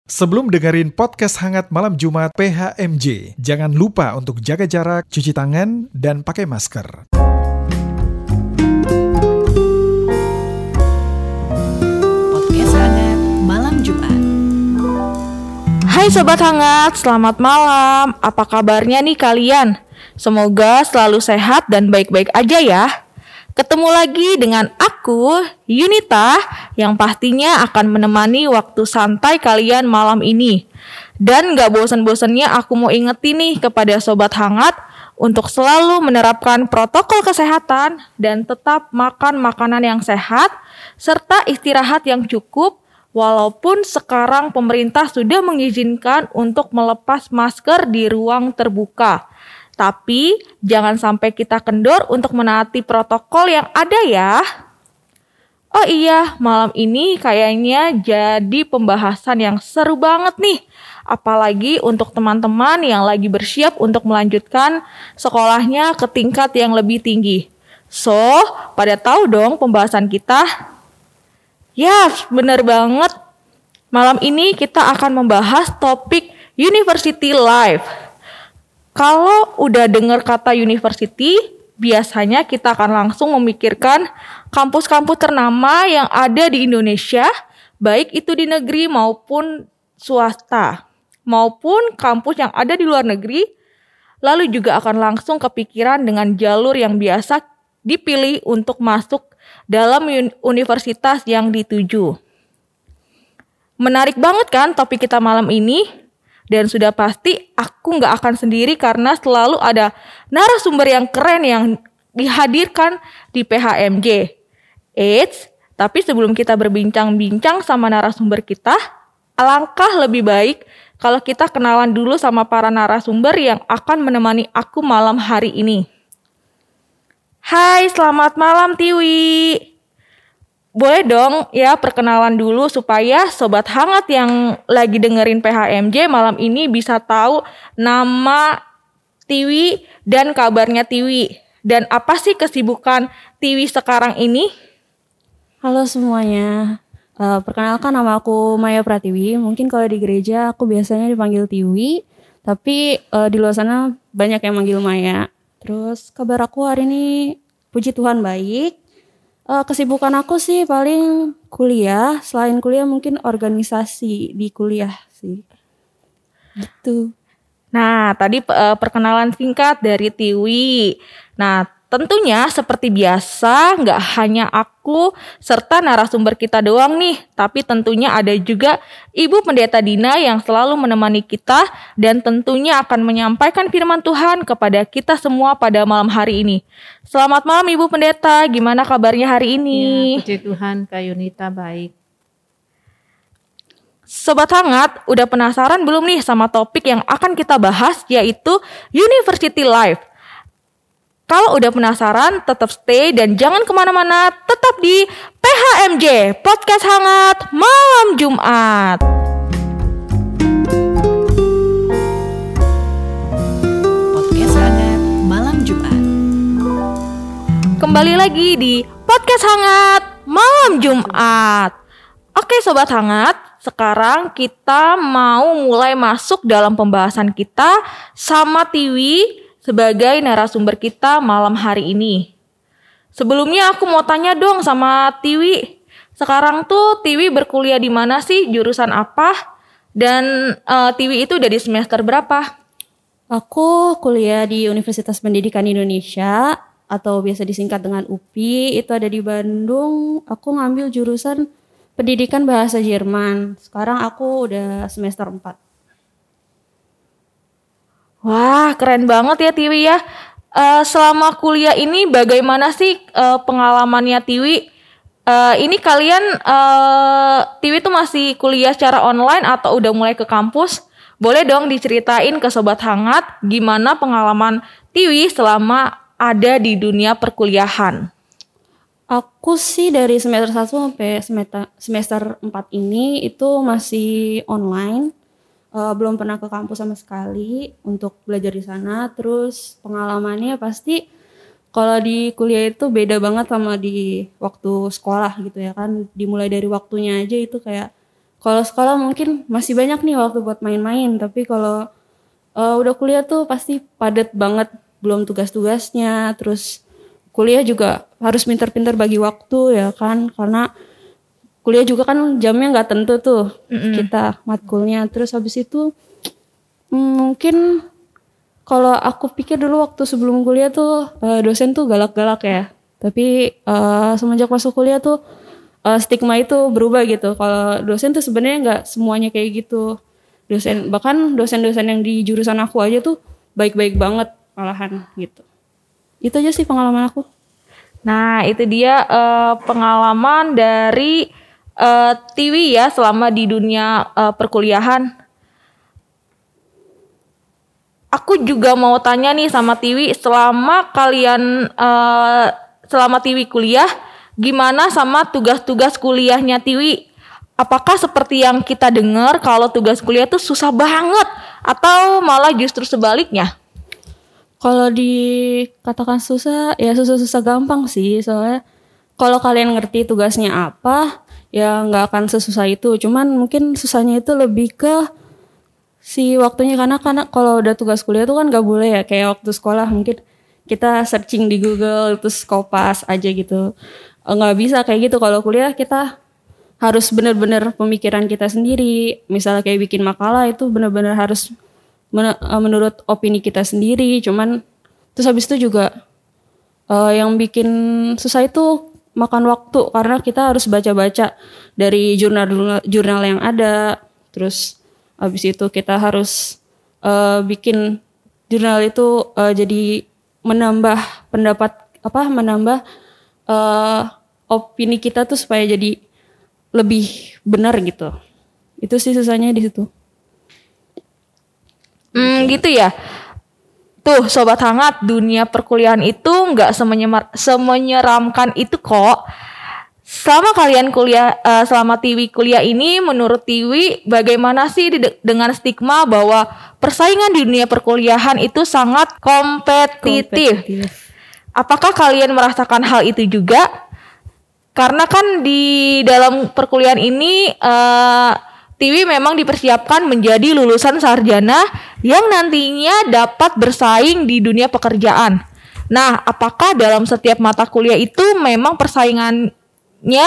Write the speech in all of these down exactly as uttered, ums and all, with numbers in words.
Sebelum dengerin podcast hangat malam Jumat P H M J, jangan lupa untuk jaga jarak, cuci tangan, dan pakai masker. Podcast hangat malam Jumat. Hai Sobat Hangat, selamat malam. Apa kabarnya nih kalian? Semoga selalu sehat dan baik-baik aja ya. Ketemu lagi dengan aku, Yunita, yang pastinya akan menemani waktu santai kalian malam ini. Dan gak bosan-bosannya aku mau ingetin nih kepada Sobat Hangat untuk selalu menerapkan protokol kesehatan dan tetap makan makanan yang sehat, serta istirahat yang cukup, walaupun sekarang pemerintah sudah mengizinkan untuk melepas masker di ruang terbuka. Tapi jangan sampai kita kendor untuk menaati protokol yang ada ya. Oh iya, malam ini kayaknya jadi pembahasan yang seru banget nih. Apalagi untuk teman-teman yang lagi bersiap untuk melanjutkan sekolahnya ke tingkat yang lebih tinggi. So, pada tahu dong pembahasan kita? Ya, bener banget. Malam ini kita akan membahas topik University Life. Kalau udah dengar kata university, biasanya kita akan langsung memikirkan kampus-kampus ternama yang ada di Indonesia, baik itu di negeri maupun swasta, maupun kampus yang ada di luar negeri. Lalu juga akan langsung kepikiran dengan jalur yang biasa dipilih untuk masuk dalam universitas yang dituju. Menarik banget kan topik kita malam ini? Dan sudah pasti aku gak akan sendiri karena selalu ada narasumber yang keren yang dihadirkan di P H M J. Eits, tapi sebelum kita berbincang-bincang sama narasumber kita, alangkah lebih baik kalau kita kenalan dulu sama para narasumber yang akan menemani aku malam hari ini. Hai, selamat malam Tiwi. Boleh dong ya perkenalan dulu supaya Sobat Hangat yang lagi dengerin P H M J malam ini bisa tahu nama Tiwi dan kabarnya Tiwi. Dan apa sih kesibukan Tiwi sekarang ini? Halo semuanya, uh, perkenalkan nama aku Maya Pratiwi. Mungkin kalau di gereja aku biasanya dipanggil Tiwi, tapi uh, di luar sana banyak yang manggil Maya. Terus kabar aku hari ini puji Tuhan baik. Uh, kesibukan aku sih paling kuliah, selain kuliah mungkin organisasi di kuliah sih. Gitu. Nah, tadi uh, perkenalan singkat dari Tiwi. Nah, tentunya seperti biasa nggak hanya aku serta narasumber kita doang nih, tapi tentunya ada juga Ibu Pendeta Dina yang selalu menemani kita dan tentunya akan menyampaikan firman Tuhan kepada kita semua pada malam hari ini. Selamat malam Ibu Pendeta, gimana kabarnya hari ini? Ya, puji Tuhan Kak Yunita baik. Sobat Hangat, udah penasaran belum nih sama topik yang akan kita bahas yaitu University Life? Kalau udah penasaran, tetap stay dan jangan kemana-mana, tetap di P H M J, Podcast Hangat Malam Jumat. Podcast hangat malam Jumat. Kembali lagi di Podcast Hangat Malam Jumat. Oke Sobat Hangat, sekarang kita mau mulai masuk dalam pembahasan kita sama Tiwi sebagai narasumber kita malam hari ini. Sebelumnya aku mau tanya dong sama Tiwi. Sekarang tuh Tiwi berkuliah di mana sih? Jurusan apa? Dan uh, Tiwi itu udah di semester berapa? Aku kuliah di Universitas Pendidikan Indonesia atau biasa disingkat dengan U P I. Itu ada di Bandung. Aku ngambil jurusan Pendidikan Bahasa Jerman. Sekarang aku udah semester empat. Wah, keren banget ya Tiwi ya. Uh, selama kuliah ini bagaimana sih uh, pengalamannya Tiwi? Uh, ini kalian uh, Tiwi tuh masih kuliah secara online atau udah mulai ke kampus? Boleh dong diceritain ke Sobat Hangat gimana pengalaman Tiwi selama ada di dunia perkuliahan? Aku sih dari semester satu sampai semester semester empat ini itu masih online. Uh, belum pernah ke kampus sama sekali untuk belajar di sana. Terus pengalamannya pasti kalau di kuliah itu beda banget sama di waktu sekolah gitu ya kan. Dimulai dari waktunya aja itu kayak Kalau sekolah mungkin masih banyak nih waktu buat main-main, tapi kalau uh, udah kuliah tuh pasti padat banget, belum tugas-tugasnya, terus kuliah juga harus pintar-pintar bagi waktu ya kan, karena kuliah juga kan jamnya nggak tentu tuh mm-hmm. kita matkulnya. Terus habis itu mungkin kalau aku pikir dulu waktu sebelum kuliah tuh uh, dosen tuh galak-galak ya, tapi uh, semenjak masuk kuliah tuh Uh, stigma itu berubah gitu. Kalau dosen tuh sebenarnya nggak semuanya kayak gitu. Dosen bahkan dosen-dosen yang di jurusan aku aja tuh baik-baik banget malahan gitu. Itu aja sih pengalaman aku. Nah itu dia uh, pengalaman dari uh, Tiwi ya selama di dunia uh, perkuliahan. Aku juga mau tanya nih sama Tiwi, selama kalian uh, selama Tiwi kuliah, gimana sama tugas-tugas kuliahnya Tiwi? Apakah seperti yang kita dengar kalau tugas kuliah tuh susah banget atau malah justru sebaliknya? Kalau dikatakan susah, ya susah-susah gampang sih. Soalnya kalau kalian ngerti tugasnya apa, ya nggak akan sesusah itu. Cuman mungkin susahnya itu lebih ke si waktunya, karena karena kalau udah tugas kuliah tuh kan nggak boleh ya kayak waktu sekolah mungkin kita searching di Google terus kopas aja gitu. Nggak bisa kayak gitu. Kalau kuliah kita harus benar-benar pemikiran kita sendiri. Misalnya kayak bikin makalah itu benar-benar harus men- menurut opini kita sendiri. Cuman terus habis itu juga uh, yang bikin susah itu makan waktu, karena kita harus baca-baca dari jurnal-jurnal yang ada. Terus habis itu kita harus uh, bikin jurnal itu uh, jadi menambah pendapat apa menambah uh, opini kita tuh supaya jadi lebih benar gitu. Itu sih susahnya di situ. Hmm, gitu ya. Tuh sobat hangat, dunia perkuliahan itu nggak semenyemar- semenyeramkan itu kok. Selama kalian kuliah, uh, selama Tiwi kuliah ini, menurut Tiwi bagaimana sih de- dengan stigma bahwa persaingan di dunia perkuliahan itu sangat kompetitif? kompetitif. Apakah kalian merasakan hal itu juga? Karena kan di dalam perkuliahan ini uh, Tiwi memang dipersiapkan menjadi lulusan sarjana yang nantinya dapat bersaing di dunia pekerjaan. Nah, apakah dalam setiap mata kuliah itu memang persaingannya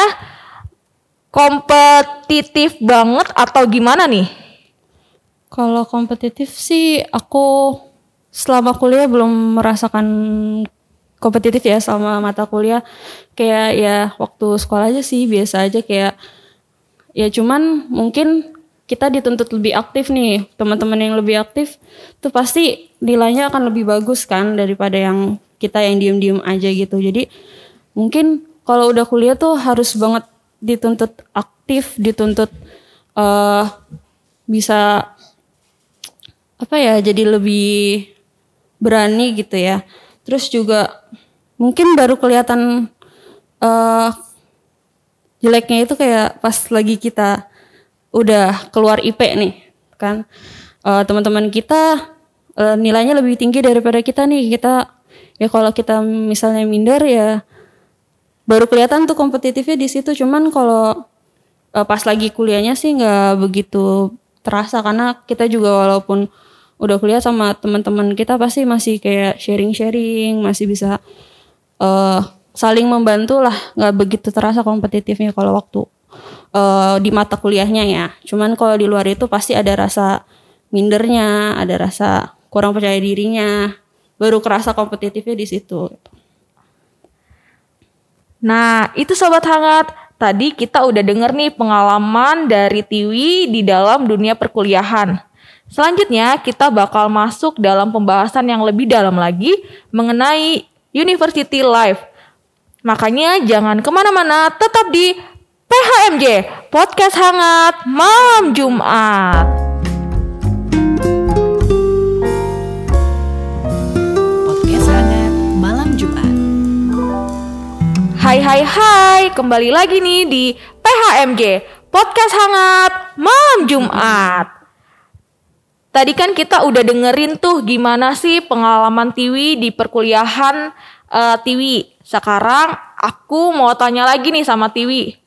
kompetitif banget atau gimana nih? Kalau kompetitif sih aku selama kuliah belum merasakan kompetitif ya sama mata kuliah. Kayak ya waktu sekolah aja sih biasa aja, kayak ya cuman mungkin kita dituntut lebih aktif nih. Teman-teman yang lebih aktif tuh pasti nilainya akan lebih bagus kan daripada yang kita yang diem-diem aja gitu. Jadi mungkin kalau udah kuliah tuh harus banget dituntut aktif, dituntut uh, bisa apa ya, jadi lebih berani gitu ya. Terus juga mungkin baru kelihatan uh, jeleknya itu kayak pas lagi kita udah keluar I P nih kan, uh, teman-teman kita uh, nilainya lebih tinggi daripada kita nih. Kita ya kalau kita misalnya minder ya baru kelihatan tuh kompetitifnya di situ. Cuman kalau uh, pas lagi kuliahnya sih nggak begitu terasa, karena kita juga walaupun udah kuliah sama teman-teman kita pasti masih kayak sharing-sharing, masih bisa uh, saling membantu lah, nggak begitu terasa kompetitifnya kalau waktu uh, di mata kuliahnya ya. Cuman kalau di luar itu pasti ada rasa mindernya, ada rasa kurang percaya dirinya, baru kerasa kompetitifnya di situ. Nah itu sobat hangat, tadi kita udah denger nih pengalaman dari Tiwi di dalam dunia perkuliahan. Selanjutnya kita bakal masuk dalam pembahasan yang lebih dalam lagi mengenai University Life. Makanya jangan kemana-mana, tetap di P H M J, Podcast Hangat Malam Jumat. Podcast Hangat Malam Jumat. Hai hai hai, kembali lagi nih di P H M J, Podcast Hangat Malam Jumat. Tadi kan kita udah dengerin tuh gimana sih pengalaman Tiwi di perkuliahan uh, Tiwi. Sekarang aku mau tanya lagi nih sama Tiwi.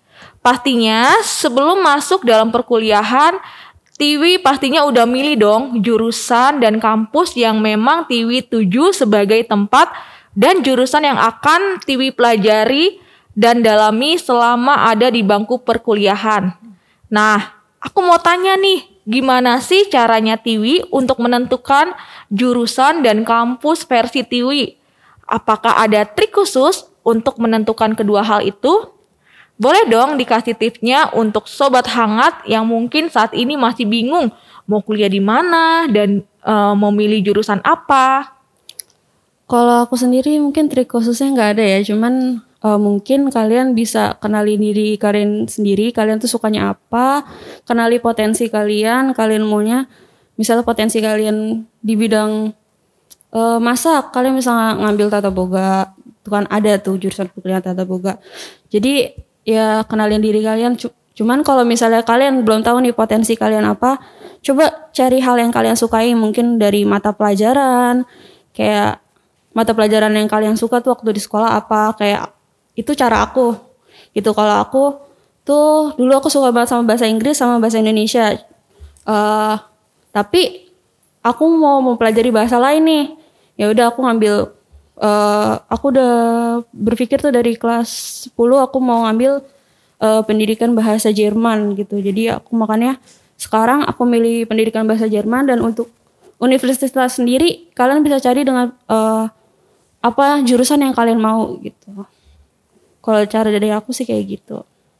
Pastinya sebelum masuk dalam perkuliahan, Tiwi pastinya udah milih dong jurusan dan kampus yang memang Tiwi tuju sebagai tempat dan jurusan yang akan Tiwi pelajari dan dalami selama ada di bangku perkuliahan. Nah, aku mau tanya nih, gimana sih caranya Tiwi untuk menentukan jurusan dan kampus versi Tiwi? Apakah ada trik khusus untuk menentukan kedua hal itu? Boleh dong dikasih tipsnya untuk sobat hangat yang mungkin saat ini masih bingung mau kuliah di mana dan uh, mau milih jurusan apa. Kalau aku sendiri mungkin trik khususnya nggak ada ya, cuman uh, mungkin kalian bisa kenali diri kalian sendiri, kalian tuh sukanya apa, kenali potensi kalian, kalian maunya, misalnya potensi kalian di bidang uh, masak, kalian misalnya ngambil tata boga, itu kan ada tuh jurusan perkuliahan tata boga. Jadi ya kenalin diri kalian, cuman kalau misalnya kalian belum tahu nih potensi kalian apa, coba cari hal yang kalian sukai, mungkin dari mata pelajaran, kayak mata pelajaran yang kalian suka tuh waktu di sekolah apa, kayak itu cara aku gitu. Kalau aku tuh dulu aku suka banget sama bahasa Inggris sama bahasa Indonesia, uh, tapi aku mau mempelajari bahasa lain nih, ya udah aku ngambil, uh, aku udah berpikir tuh dari kelas sepuluh aku mau ngambil uh, pendidikan bahasa Jerman gitu. Jadi aku makanya sekarang aku milih pendidikan bahasa Jerman, dan untuk universitas sendiri kalian bisa cari dengan uh, apa jurusan yang kalian mau gitu. Kalau cara dari aku sih kayak gitu.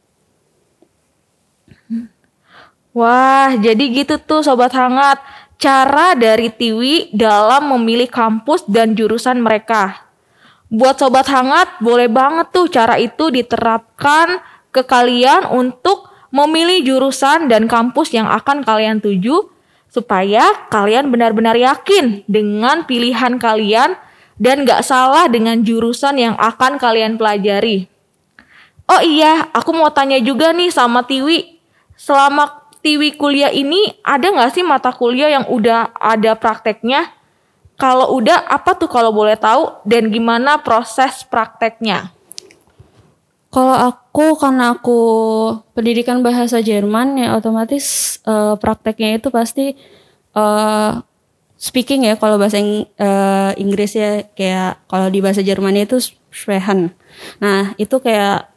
Wah, jadi gitu tuh sobat hangat, cara dari Tiwi dalam memilih kampus dan jurusan mereka. Buat sobat hangat, boleh banget tuh cara itu diterapkan ke kalian untuk memilih jurusan dan kampus yang akan kalian tuju, supaya kalian benar-benar yakin dengan pilihan kalian dan gak salah dengan jurusan yang akan kalian pelajari. Oh iya, aku mau tanya juga nih sama Tiwi. Selama Tiwi kuliah ini, ada gak sih mata kuliah yang udah ada prakteknya? Kalau udah, apa tuh kalau boleh tahu? Dan gimana proses prakteknya? Kalau aku, karena aku pendidikan bahasa Jerman, ya otomatis uh, prakteknya itu pasti uh, speaking ya. Kalau bahasa uh, Inggris ya, kayak kalau di bahasa Jermannya itu sprechen. Nah itu kayak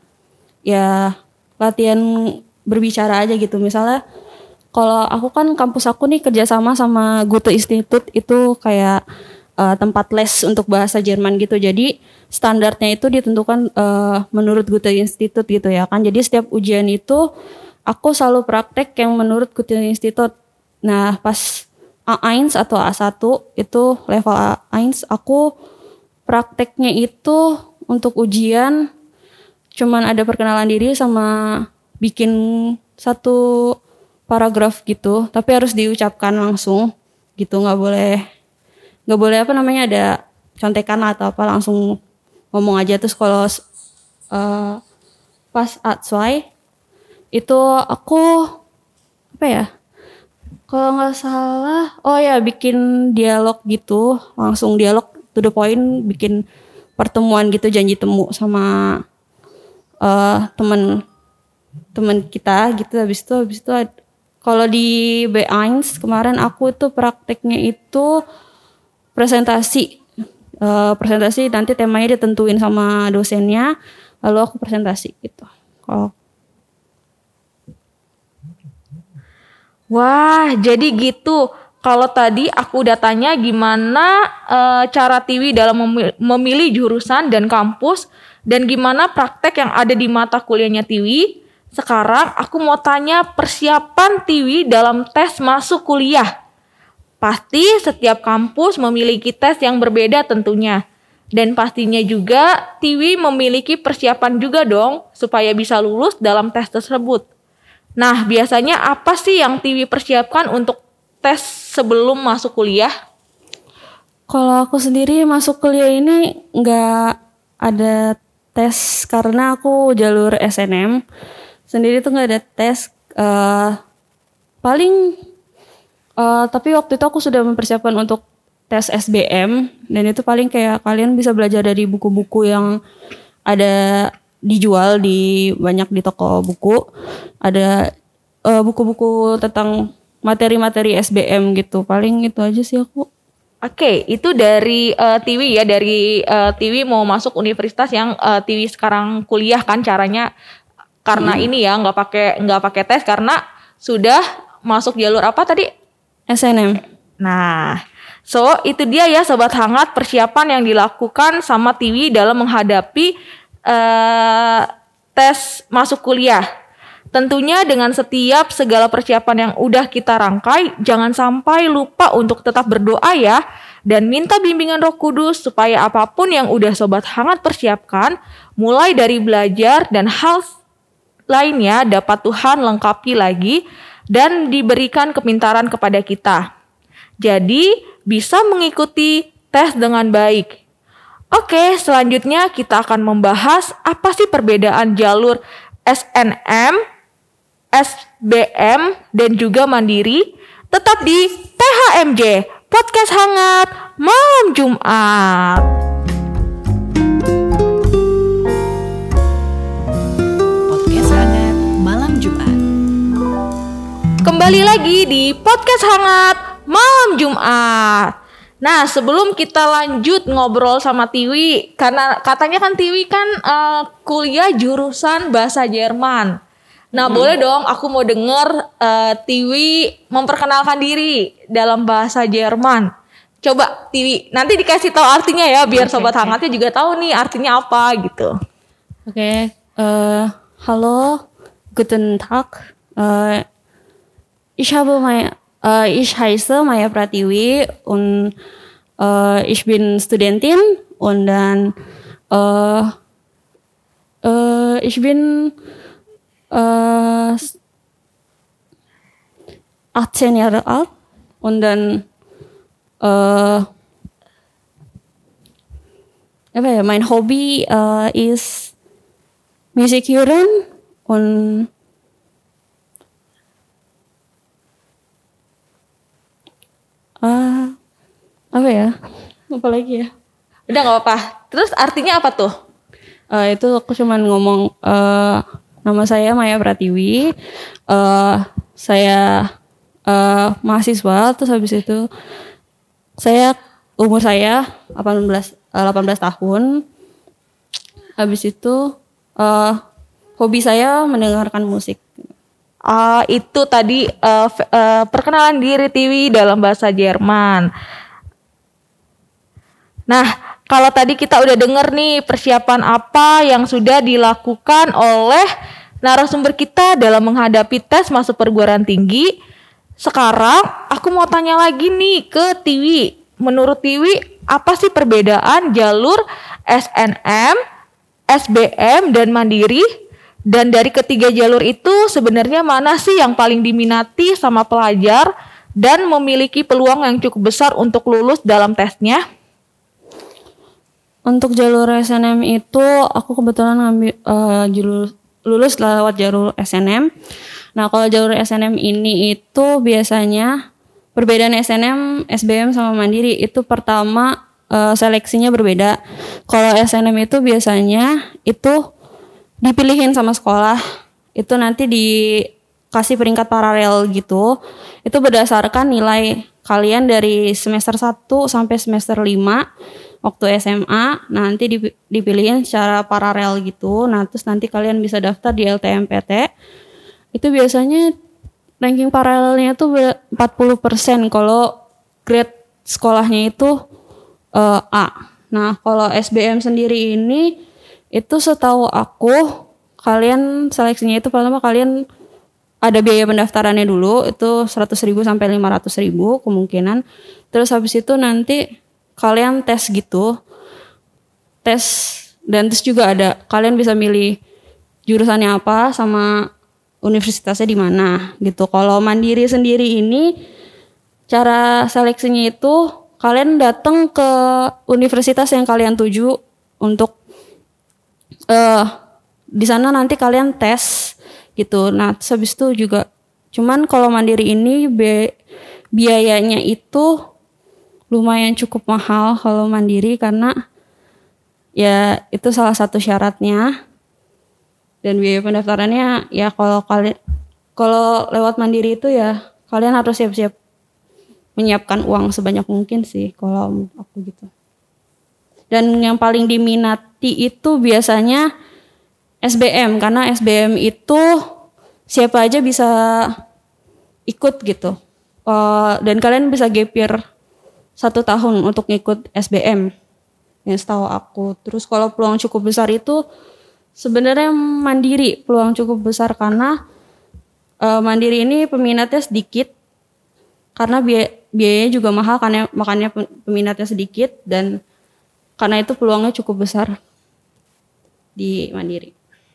ya latihan berbicara aja gitu. Misalnya kalau aku kan kampus aku nih kerjasama sama Goethe Institut, itu kayak uh, tempat les untuk bahasa Jerman gitu. Jadi standarnya itu ditentukan uh, menurut Goethe Institut gitu ya kan. Jadi setiap ujian itu aku selalu praktek yang menurut Goethe Institut. Nah pas A satu atau A satu itu level A satu, aku prakteknya itu untuk ujian cuman ada perkenalan diri sama bikin satu paragraf gitu, tapi harus diucapkan langsung gitu, nggak boleh nggak boleh apa namanya ada contekan atau apa, langsung ngomong aja. Terus kalau uh, pas A dua itu aku apa ya, kalau nggak salah, oh ya bikin dialog gitu, langsung dialog to the point, bikin pertemuan gitu, janji temu sama uh, teman teman kita gitu. Habis itu habis itu kalau di B satu kemarin aku itu prakteknya itu presentasi. Uh, presentasi nanti temanya ditentuin sama dosennya, lalu aku presentasi gitu. Kalau Wah, jadi gitu. Kalau tadi aku udah tanya gimana uh, cara Tiwi dalam memilih jurusan dan kampus, dan gimana praktek yang ada di mata kuliahnya Tiwi. Sekarang aku mau tanya persiapan Tiwi dalam tes masuk kuliah. Pasti setiap kampus memiliki tes yang berbeda tentunya. Dan pastinya juga Tiwi memiliki persiapan juga dong supaya bisa lulus dalam tes tersebut. Nah, biasanya apa sih yang Tiwi persiapkan untuk tes sebelum masuk kuliah? Kalau aku sendiri masuk kuliah ini nggak ada tes karena aku jalur S N M. Sendiri tuh nggak ada tes. Uh, paling, uh, tapi waktu itu aku sudah mempersiapkan untuk tes S B M. Dan itu paling kayak kalian bisa belajar dari buku-buku yang ada dijual di banyak di toko buku. Ada uh, buku-buku tentang materi-materi S B M gitu. Paling itu aja sih aku. Oke, itu dari uh, Tiwi ya, dari uh, Tiwi mau masuk universitas yang uh, Tiwi sekarang kuliah kan caranya karena hmm. ini ya nggak pakai nggak pakai tes karena sudah masuk jalur apa tadi? S N M. Nah, so itu dia ya Sobat Hangat persiapan yang dilakukan sama Tiwi dalam menghadapi uh, tes masuk kuliah. Tentunya dengan setiap segala persiapan yang udah kita rangkai, jangan sampai lupa untuk tetap berdoa ya. Dan minta bimbingan Roh Kudus supaya apapun yang udah Sobat Hangat persiapkan, mulai dari belajar dan hal lainnya dapat Tuhan lengkapi lagi dan diberikan kepintaran kepada kita. Jadi bisa mengikuti tes dengan baik. Oke, selanjutnya kita akan membahas apa sih perbedaan jalur S N M, S B M, dan juga Mandiri. Tetap di P H M J, Podcast Hangat Malam Jumat. Podcast Hangat Malam Jumat. Kembali lagi di Podcast Hangat Malam Jumat. Nah, sebelum kita lanjut ngobrol sama Tiwi, karena katanya kan Tiwi kan uh, kuliah jurusan bahasa Jerman. Nah, hmm. boleh dong aku mau denger uh, Tiwi memperkenalkan diri dalam bahasa Jerman. Coba Tiwi, nanti dikasih tahu artinya ya, biar okay, Sobat okay. Hangatnya juga tahu nih artinya apa gitu. Oke, okay. uh, halo, guten Tag. Uh, ich habe mein Uh, ich heiße Maya Pratiwi und uh, ich bin Studentin und dann uh, uh, ich bin uh, achtzehn Jahre alt und dann uh, apa ya, mein Hobby uh, ist Musik hören und Ah, apa ya? Apa lagi ya? Udah nggak apa-apa. Terus artinya apa tuh? Uh, itu aku cuman ngomong uh, nama saya Maya Pratiwi. Uh, saya uh, mahasiswa. Terus habis itu saya umur saya delapan belas, uh, delapan belas tahun. Habis itu uh, hobi saya mendengarkan musik. Uh, itu tadi uh, f- uh, perkenalan diri Tiwi dalam bahasa Jerman. Nah, kalau tadi kita udah denger nih persiapan apa yang sudah dilakukan oleh narasumber kita dalam menghadapi tes masuk perguruan tinggi. Sekarang aku mau tanya lagi nih ke Tiwi. Menurut Tiwi, apa sih perbedaan jalur S N M, S B M, dan Mandiri? Dan dari ketiga jalur itu sebenarnya mana sih yang paling diminati sama pelajar dan memiliki peluang yang cukup besar untuk lulus dalam tesnya? Untuk jalur S N M itu aku kebetulan ngambil uh, jalur lulus lewat jalur S N M. Nah, kalau jalur S N M ini itu biasanya perbedaan S N M, S B M sama Mandiri itu pertama uh, seleksinya berbeda. Kalau S N M itu biasanya itu dipilihin sama sekolah, itu nanti dikasih peringkat paralel gitu. Itu berdasarkan nilai kalian dari semester satu sampai semester lima waktu S M A. Nah, nanti dipilihin secara paralel gitu. Nah, terus nanti kalian bisa daftar di L T M P T. Itu biasanya ranking paralelnya tuh empat puluh persen kalau grade sekolahnya itu uh, A. Nah, kalau S B M sendiri ini itu setahu aku kalian seleksinya itu pertama kalian ada biaya pendaftarannya dulu itu seratus ribu sampai lima ratus ribu kemungkinan. Terus habis itu nanti kalian tes gitu. Tes dan tes juga ada. Kalian bisa milih jurusannya apa sama universitasnya di mana gitu. Kalau Mandiri sendiri ini cara seleksinya itu kalian datang ke universitas yang kalian tuju untuk Uh, di sana nanti kalian tes gitu. Nah, habis itu juga cuman kalau Mandiri ini bi- biayanya itu lumayan cukup mahal kalau Mandiri karena ya itu salah satu syaratnya. Dan biaya pendaftarannya ya kalau kalian kalau lewat Mandiri itu ya kalian harus siap-siap menyiapkan uang sebanyak mungkin sih kalau aku gitu. Dan yang paling diminati itu biasanya S B M karena S B M itu siapa aja bisa ikut gitu. Uh, dan kalian bisa gap year satu tahun untuk ngikut S B M yang setahu aku. Terus kalau peluang cukup besar itu sebenarnya Mandiri peluang cukup besar karena uh, Mandiri ini peminatnya sedikit karena biaya, biayanya juga mahal karena makanya peminatnya sedikit dan karena itu peluangnya cukup besar di Mandiri.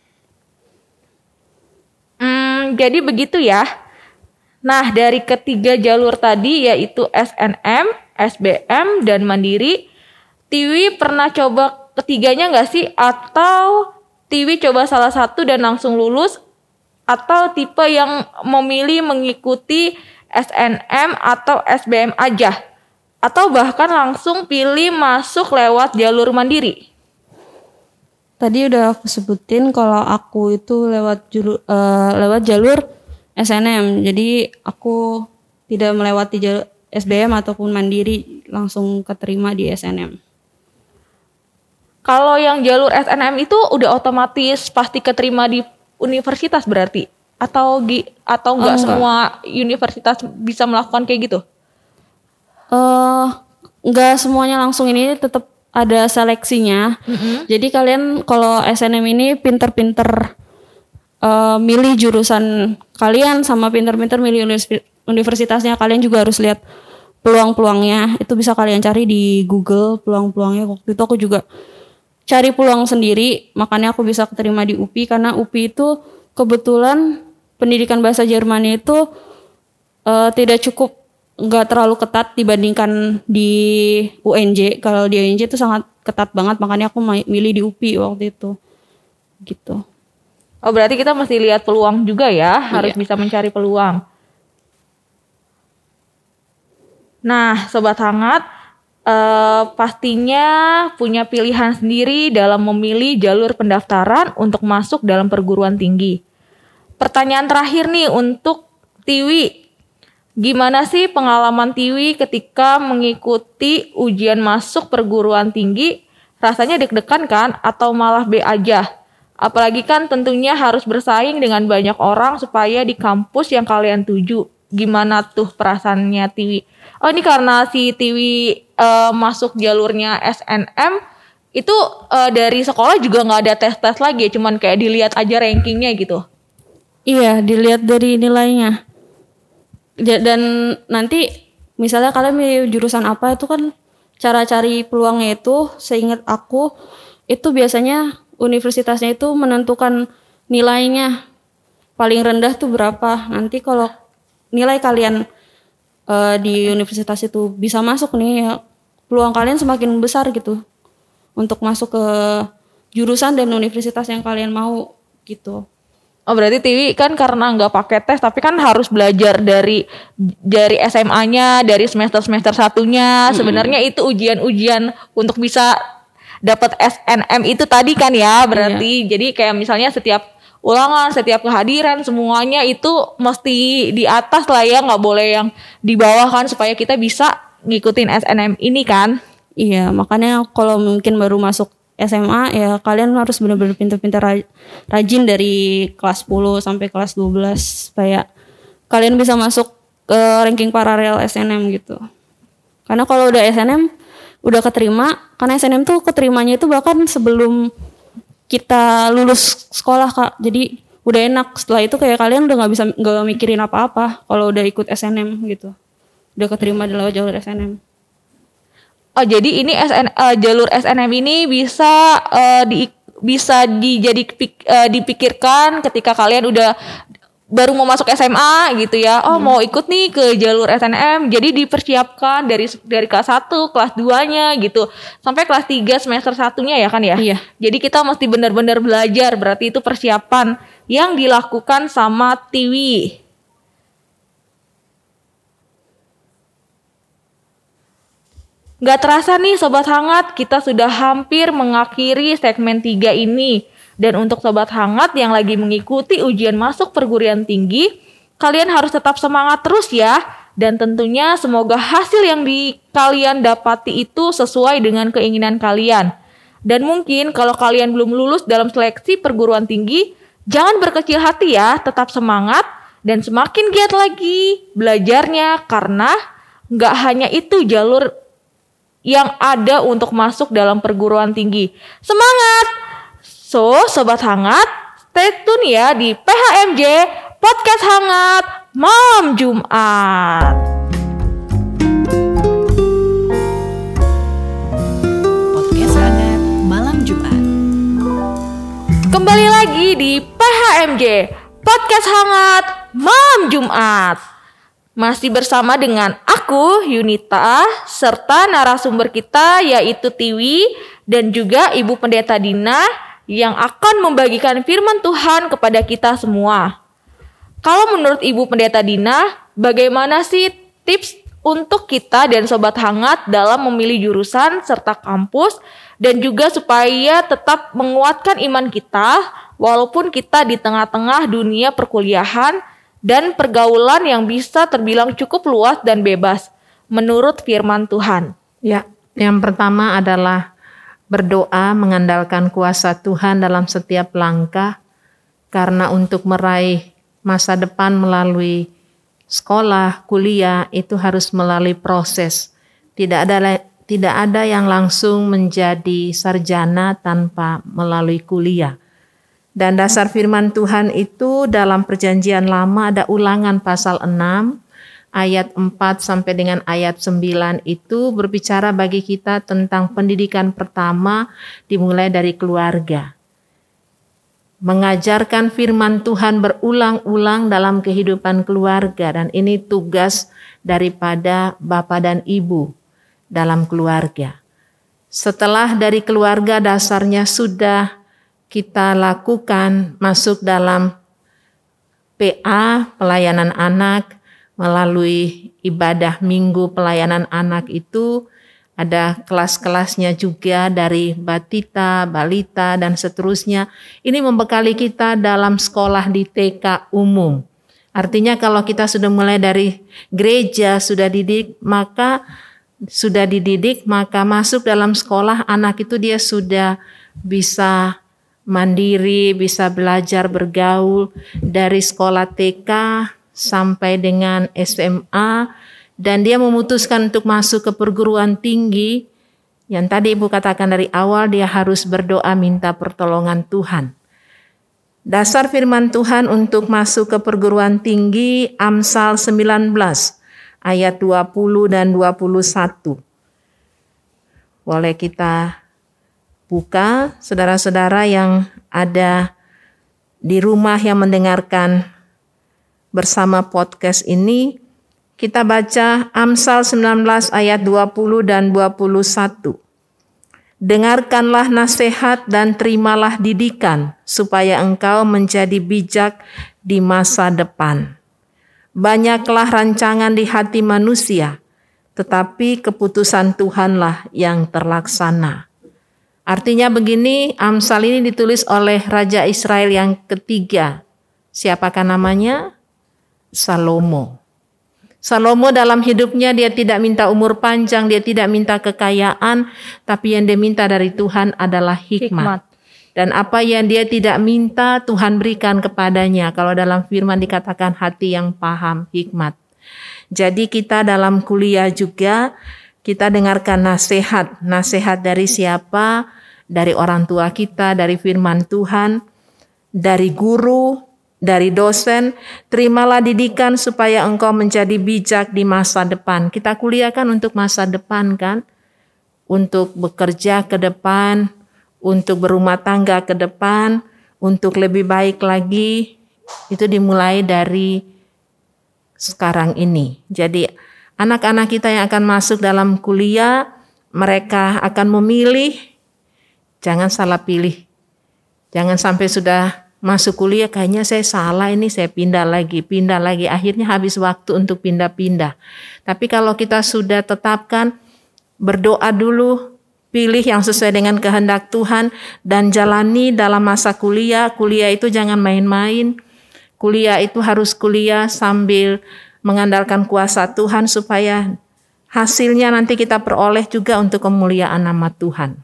Hmm, jadi begitu ya. Nah, dari ketiga jalur tadi yaitu S N M, S B M, dan Mandiri, Tiwi pernah coba ketiganya nggak sih? Atau Tiwi coba salah satu dan langsung lulus? Atau tipe yang memilih mengikuti S N M atau S B M aja? Atau bahkan langsung pilih masuk lewat jalur Mandiri? Tadi udah aku sebutin kalau aku itu lewat jalur, uh, lewat jalur S N M. Jadi aku tidak melewati jalur S B M ataupun Mandiri, langsung keterima di S N M. Kalau yang jalur S N M itu udah otomatis pasti keterima di universitas berarti? Atau gi, atau enggak, oh, enggak semua universitas bisa melakukan kayak gitu? Uh, enggak semuanya langsung, ini tetap ada seleksinya. Mm-hmm. Jadi kalian kalau S N M ini pinter-pinter uh, milih jurusan kalian sama pinter-pinter milih universitasnya. Kalian juga harus lihat peluang-peluangnya. Itu bisa kalian cari di Google peluang-peluangnya. Waktu itu aku juga cari peluang sendiri, makanya aku bisa keterima di U P I karena U P I itu kebetulan pendidikan bahasa Jermannya itu uh, tidak cukup, nggak terlalu ketat dibandingkan di U N J. Kalau di U N J itu sangat ketat banget, makanya aku milih di U P I waktu itu. Gitu. Oh, berarti kita mesti lihat peluang juga ya, harus iya. bisa mencari peluang. Nah, Sobat Hangat, eh, pastinya punya pilihan sendiri dalam memilih jalur pendaftaran untuk masuk dalam perguruan tinggi. Pertanyaan terakhir nih untuk Tiwi. Gimana sih pengalaman Tiwi ketika mengikuti ujian masuk perguruan tinggi? Rasanya deg-degan kan atau malah B aja? Apalagi kan tentunya harus bersaing dengan banyak orang supaya di kampus yang kalian tuju. Gimana tuh perasaannya Tiwi? Oh, ini karena si Tiwi uh, masuk jalurnya S N M itu uh, dari sekolah juga nggak ada tes-tes lagi, cuman kayak dilihat aja rankingnya gitu. Iya, dilihat dari nilainya. Dan nanti misalnya kalian milih jurusan apa itu kan cara cari peluangnya itu, seingat aku itu biasanya universitasnya itu menentukan nilainya paling rendah tuh berapa. Nanti kalau nilai kalian uh, di universitas itu bisa masuk nih, ya, peluang kalian semakin besar gitu untuk masuk ke jurusan dan universitas yang kalian mau gitu. Oh, berarti Tiwi kan karena nggak pakai tes, tapi kan harus belajar dari dari S M A-nya, dari semester-semester satunya. Hmm. Sebenarnya itu ujian-ujian untuk bisa dapat S N M itu tadi kan ya, berarti. Iya. Jadi kayak misalnya setiap ulangan, setiap kehadiran, semuanya itu mesti di atas lah ya, nggak boleh yang di bawah kan, supaya kita bisa ngikutin S N M ini kan. Iya, makanya kalau mungkin baru masuk S M A ya kalian harus benar-benar pintar-pintar rajin dari kelas sepuluh sampai kelas dua belas supaya kalian bisa masuk ke ranking paralel S N M gitu. Karena kalau udah S N M udah keterima, karena S N M tuh keterimanya itu bahkan sebelum kita lulus sekolah Kak. Jadi udah enak, setelah itu kayak kalian udah nggak bisa nggak mikirin apa-apa kalau udah ikut S N M gitu. Udah keterima di lewat jalur S N M. Oh, jadi ini S N, uh, jalur S N M ini bisa uh, di bisa dijadi uh, dipikirkan ketika kalian udah baru mau masuk S M A gitu ya. Oh, hmm. mau ikut nih ke jalur S N M. Jadi dipersiapkan dari dari kelas satu, kelas dua-nya gitu. Sampai kelas tiga semester satunya ya kan ya? Iya. Jadi kita mesti benar-benar belajar. Berarti itu persiapan yang dilakukan sama Tiwi. Gak terasa nih Sobat Hangat, kita sudah hampir mengakhiri segmen tiga ini. Dan untuk sobat hangat yang lagi mengikuti ujian masuk perguruan tinggi, kalian harus tetap semangat terus ya. Dan tentunya semoga hasil yang di kalian dapati itu sesuai dengan keinginan kalian. Dan mungkin kalau kalian belum lulus dalam seleksi perguruan tinggi, jangan berkecil hati ya, tetap semangat dan semakin giat lagi belajarnya, karena nggak hanya itu jalur yang ada untuk masuk dalam perguruan tinggi. Semangat! So, Sobat Hangat, stay tune ya di P H M J Podcast Hangat Malam Jumat. Podcast Hangat Malam Jumat. Kembali lagi di P H M J Podcast Hangat Malam Jumat. Masih bersama dengan aku, Yunita, serta narasumber kita yaitu Tiwi dan juga Ibu Pendeta Dina yang akan membagikan firman Tuhan kepada kita semua. Kalau menurut Ibu Pendeta Dina, bagaimana sih tips untuk kita dan Sobat Hangat dalam memilih jurusan serta kampus dan juga supaya tetap menguatkan iman kita walaupun kita di tengah-tengah dunia perkuliahan dan pergaulan yang bisa terbilang cukup luas dan bebas menurut firman Tuhan? Ya, yang pertama adalah berdoa mengandalkan kuasa Tuhan dalam setiap langkah, karena untuk meraih masa depan melalui sekolah, kuliah itu harus melalui proses. Tidak ada tidak ada yang langsung menjadi sarjana tanpa melalui kuliah. Dan dasar firman Tuhan itu dalam Perjanjian Lama ada Ulangan pasal enam ayat empat sampai dengan ayat sembilan itu berbicara bagi kita tentang pendidikan pertama dimulai dari keluarga. Mengajarkan firman Tuhan berulang-ulang dalam kehidupan keluarga, dan ini tugas daripada bapak dan ibu dalam keluarga. Setelah dari keluarga dasarnya sudah kita lakukan, masuk dalam P A, pelayanan anak, melalui ibadah minggu pelayanan anak itu ada kelas-kelasnya juga dari batita, balita, dan seterusnya. Ini membekali kita dalam sekolah di T K umum. Artinya kalau kita sudah mulai dari gereja, sudah didik, maka sudah dididik, maka masuk dalam sekolah anak itu dia sudah bisa mandiri, bisa belajar bergaul dari sekolah T K sampai dengan S M A, dan dia memutuskan untuk masuk ke perguruan tinggi. Yang tadi Ibu katakan dari awal, dia harus berdoa minta pertolongan Tuhan. Dasar firman Tuhan untuk masuk ke perguruan tinggi Amsal sembilan belas ayat dua puluh dan dua puluh satu. Boleh kita buka, saudara-saudara yang ada di rumah yang mendengarkan bersama podcast ini. Kita baca Amsal sembilan belas ayat dua puluh dan dua puluh satu. Dengarkanlah nasihat dan terimalah didikan, supaya engkau menjadi bijak di masa depan. Banyaklah rancangan di hati manusia, tetapi keputusan Tuhanlah yang terlaksana. Artinya begini, Amsal ini ditulis oleh Raja Israel yang ketiga. Siapakah namanya? Salomo. Salomo dalam hidupnya dia tidak minta umur panjang, dia tidak minta kekayaan, tapi yang dia minta dari Tuhan adalah hikmat. hikmat. Dan apa yang dia tidak minta, Tuhan berikan kepadanya. Kalau dalam firman dikatakan hati yang paham, hikmat. Jadi kita dalam kuliah juga, kita dengarkan nasihat. Nasihat dari siapa? Dari orang tua kita, dari firman Tuhan, dari guru, dari dosen. Terimalah didikan supaya engkau menjadi bijak di masa depan. Kita kuliah kan untuk masa depan kan? Untuk bekerja ke depan, untuk berumah tangga ke depan, untuk lebih baik lagi. Itu dimulai dari sekarang ini. Jadi anak-anak kita yang akan masuk dalam kuliah, mereka akan memilih. Jangan salah pilih. Jangan sampai sudah masuk kuliah kayaknya saya salah ini, saya pindah lagi, pindah lagi. Akhirnya habis waktu untuk pindah-pindah. Tapi kalau kita sudah tetapkan, berdoa dulu, pilih yang sesuai dengan kehendak Tuhan dan jalani dalam masa kuliah. Kuliah itu jangan main-main. Kuliah itu harus kuliah sambil mengandalkan kuasa Tuhan supaya hasilnya nanti kita peroleh juga untuk kemuliaan nama Tuhan.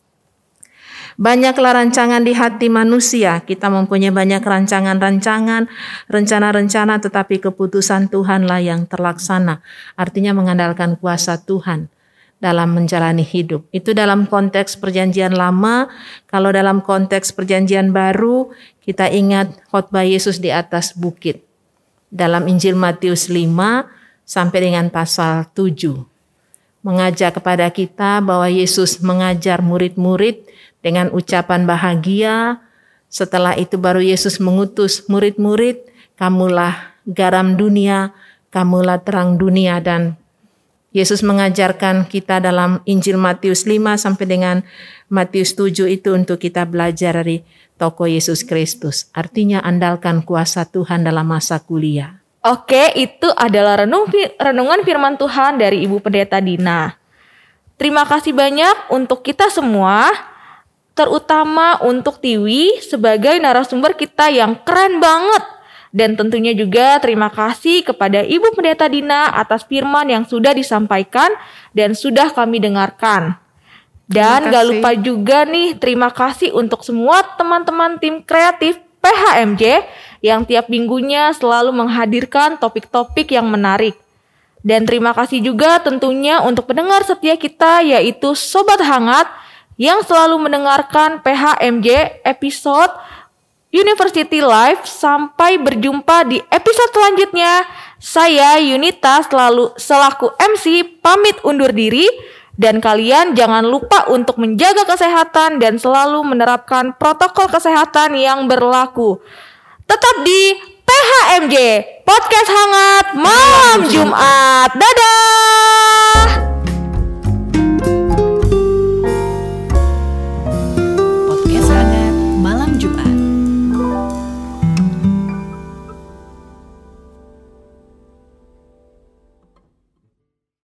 Banyaklah rancangan di hati manusia. Kita mempunyai banyak rancangan-rancangan, rencana-rencana, tetapi keputusan Tuhanlah yang terlaksana. Artinya mengandalkan kuasa Tuhan dalam menjalani hidup. Itu dalam konteks perjanjian lama. Kalau dalam konteks perjanjian baru, kita ingat khotbah Yesus di atas bukit. Dalam Injil Matius lima sampai dengan pasal tujuh. Mengajak kepada kita bahwa Yesus mengajar murid-murid dengan ucapan bahagia. Setelah itu baru Yesus mengutus murid-murid, kamulah garam dunia, kamulah terang dunia. Dan Yesus mengajarkan kita dalam Injil Matius lima sampai dengan Matius tujuh itu untuk kita belajar dari tokoh Yesus Kristus. Artinya andalkan kuasa Tuhan dalam masa kuliah. Oke, itu adalah renung, renungan firman Tuhan dari Ibu Pendeta Dina. Terima kasih banyak untuk kita semua, terutama untuk Tiwi sebagai narasumber kita yang keren banget. Dan tentunya juga terima kasih kepada Ibu Pendeta Dina atas firman yang sudah disampaikan dan sudah kami dengarkan. Dan gak lupa juga nih, terima kasih untuk semua teman-teman tim kreatif P H M J yang tiap minggunya selalu menghadirkan topik-topik yang menarik. Dan terima kasih juga tentunya untuk pendengar setia kita, yaitu Sobat Hangat yang selalu mendengarkan P H M J episode University Life. Sampai berjumpa di episode selanjutnya. Saya Yunita selalu selaku M C pamit undur diri. Dan kalian jangan lupa untuk menjaga kesehatan dan selalu menerapkan protokol kesehatan yang berlaku. Tetap di P H M J Podcast Hangat Malam Jumat. Dadah.